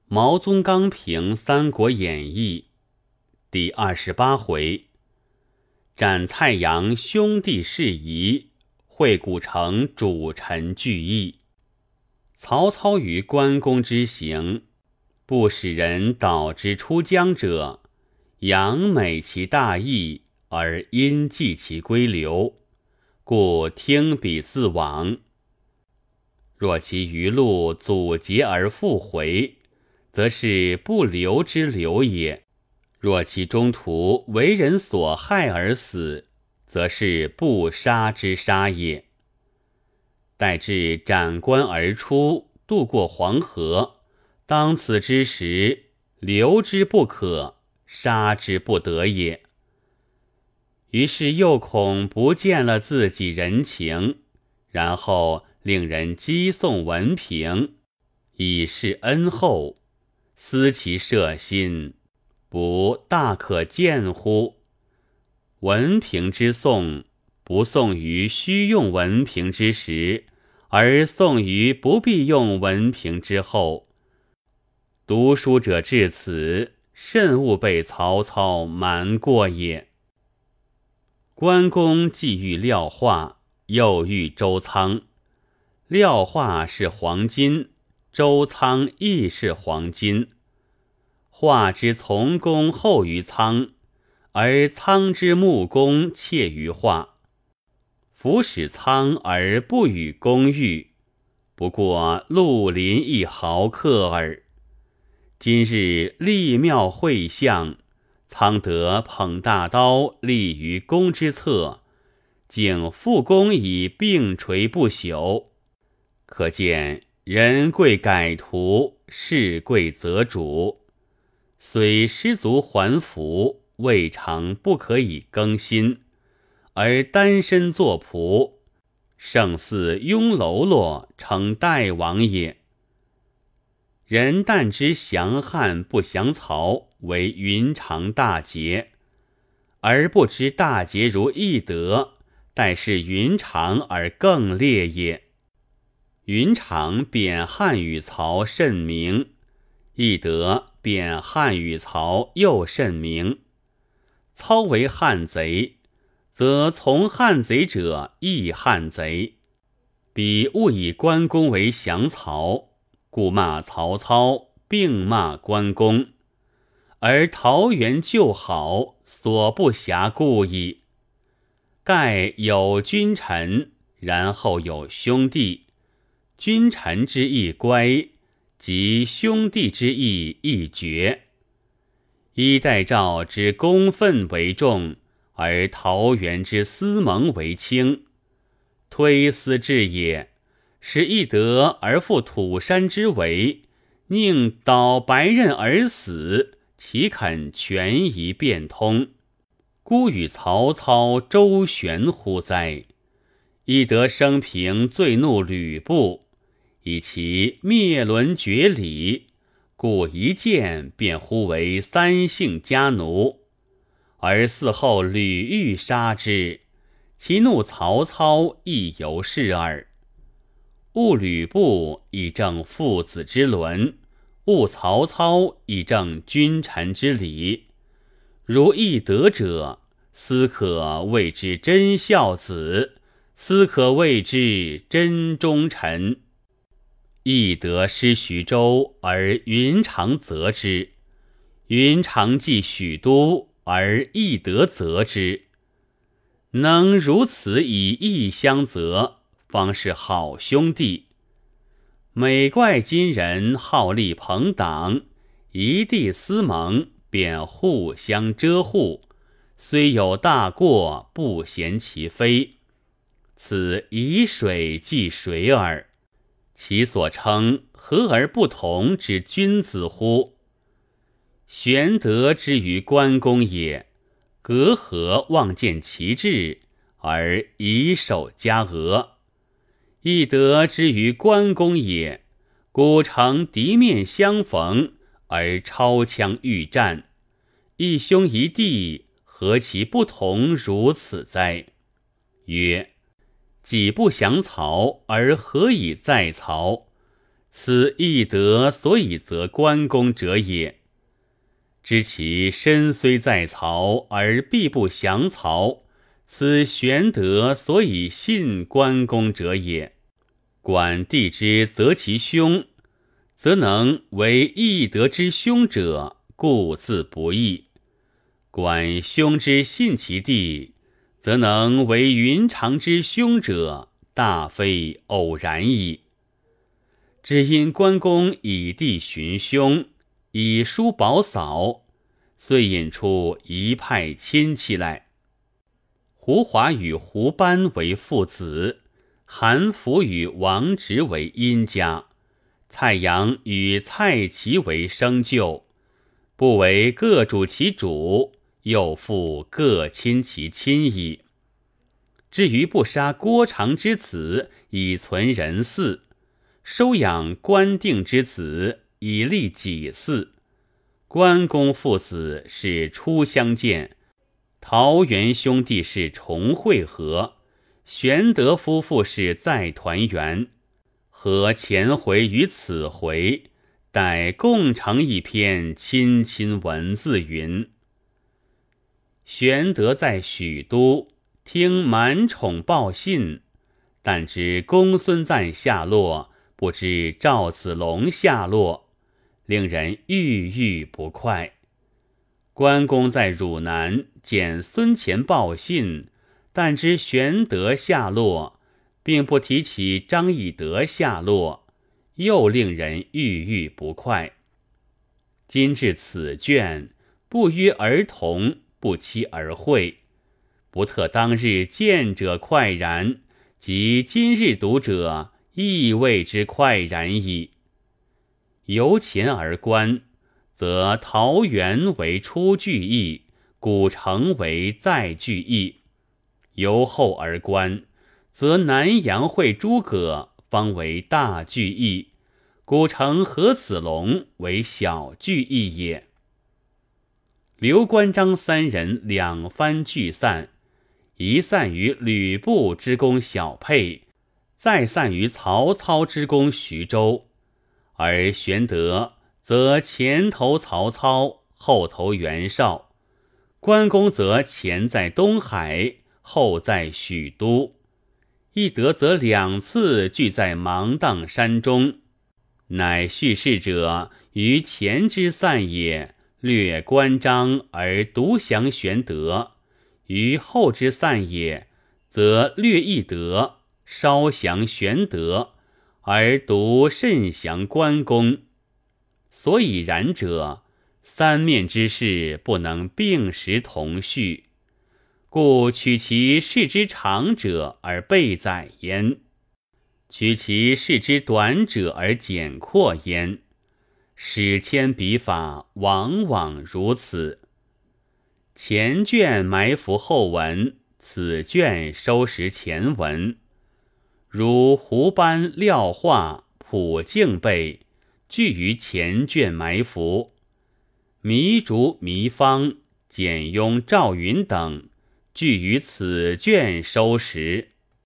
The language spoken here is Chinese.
毛宗刚评《三国演义》第28回：斩蔡阳兄弟事宜，会古城主臣聚义。曹操于关公之行，不使人导之出疆者，仰美其大义，而因记其归流，故听彼自往。若其余路阻截而复回，则是不留之留也；若其中途为人所害而死，则是不杀之杀也。待至斩关而出，渡过黄河，当此之时，留之不可，杀之不得也。于是又恐不见了自己人情，然后令人击送文平，以示恩厚，思其舍心，不大可见乎？文平之送，不送于须用文平之时，而送于不必用文平之后。读书者至此，甚勿被曹操瞒过也。关公既遇廖化，又遇周仓。廖化是黄巾，周仓亦是黄巾。化之从公厚于仓，而仓之穆公怯于化。夫使仓而不与公遇，不过陆林一豪客耳。今日立庙会相，仓得捧大刀立于公之侧，竟复公以并垂不朽。可见人贵改图，事贵则主。虽失足还服，未尝不可以更新，而单身作仆，胜似雍喽啰称代王也。人但知降汉不降曹为云长大节，而不知大节如翼德，待是云长而更烈也。云长贬汉与曹甚明，翼德贬汉与曹又甚明。操为汉贼，则从汉贼者亦汉贼。彼误以关公为降曹，故骂曹操，并骂关公，而桃园旧好，所不暇顾矣。盖有君臣，然后有兄弟，君臣之义乖，及兄弟之义亦绝。衣带诏之公愤为重，而桃园之私盟为轻。推思至也，使翼德而复土山之围，宁倒白刃而死，岂肯权宜变通？孤与曹操周旋乎哉？翼德生平最怒吕布，以其灭伦绝礼，故一见便呼为三姓家奴。而嗣后吕欲杀之，其怒曹操亦犹是耳。误吕布以正父子之伦，误曹操以正君臣之礼。如翼德者，斯可谓之真孝子，斯可谓之真忠臣。翼德失徐州，而云长责之；云长继许都，而翼德责之。能如此以义相责，方是好兄弟。美怪今人好立朋党，一地私盟，便互相遮护，虽有大过，不嫌其非。此以水济水耳。其所称和而不同之君子乎？玄德之于关公也，隔河望见其志，而以手加额。翼德之于关公也，古城敌面相逢，而超枪欲战。一兄一弟，何其不同如此哉？曰：己不降曹，而何以在曹？ 此懿德所以择关公者也。知其身虽在曹，而必不降曹，此玄德所以信关公者也。管地之择其兄，则能为懿德之兄者，故自不义；管兄之信其弟，则能为云长之兄者，大非偶然矣。只因关公以弟寻兄，以叔保嫂，遂引出一派亲戚来。胡华与胡班为父子，韩福与王直为殷家，蔡阳与蔡奇为生舅，不为各主其主，又复各亲其亲矣。至于不杀郭长之子，以存人嗣；收养关定之子，以立己嗣。关公父子是初相见，桃园兄弟是重会合，玄德夫妇是再团圆。合前回与此回，待共成一篇亲亲文字云：玄德在许都，听满宠报信，但知公孙瓒下落，不知赵子龙下落，令人郁郁不快。关公在汝南，见孙乾报信，但知玄德下落，并不提起张翼德下落，又令人郁郁不快。今至此卷，不约而同，不期而会，不特当日见者快然，及今日读者亦为之快然矣。由前而观，则桃园为初句意，古城为再句意；由后而观，则南阳会诸葛方为大句意，古城何子龙为小句意也。刘关张三人两番聚散，一散于吕布之攻小沛，再散于曹操之攻徐州。而玄德则前投曹操，后投袁绍；关公则前在东海，后在许都。懿德则两次聚在芒砀山中，乃叙事者于前之散也，略关张而独降玄德；于后之散也，则略懿德，稍降玄德，而独甚降关公。所以然者，三面之事不能并时同叙，故取其事之长者而备载焉，取其事之短者而简括焉。史迁笔法往往如此。前卷埋伏后文，此卷收拾前文。如胡班、廖化、普敬备，据于前卷埋伏；糜竺、糜芳、简雍、赵云等，据于此卷收拾。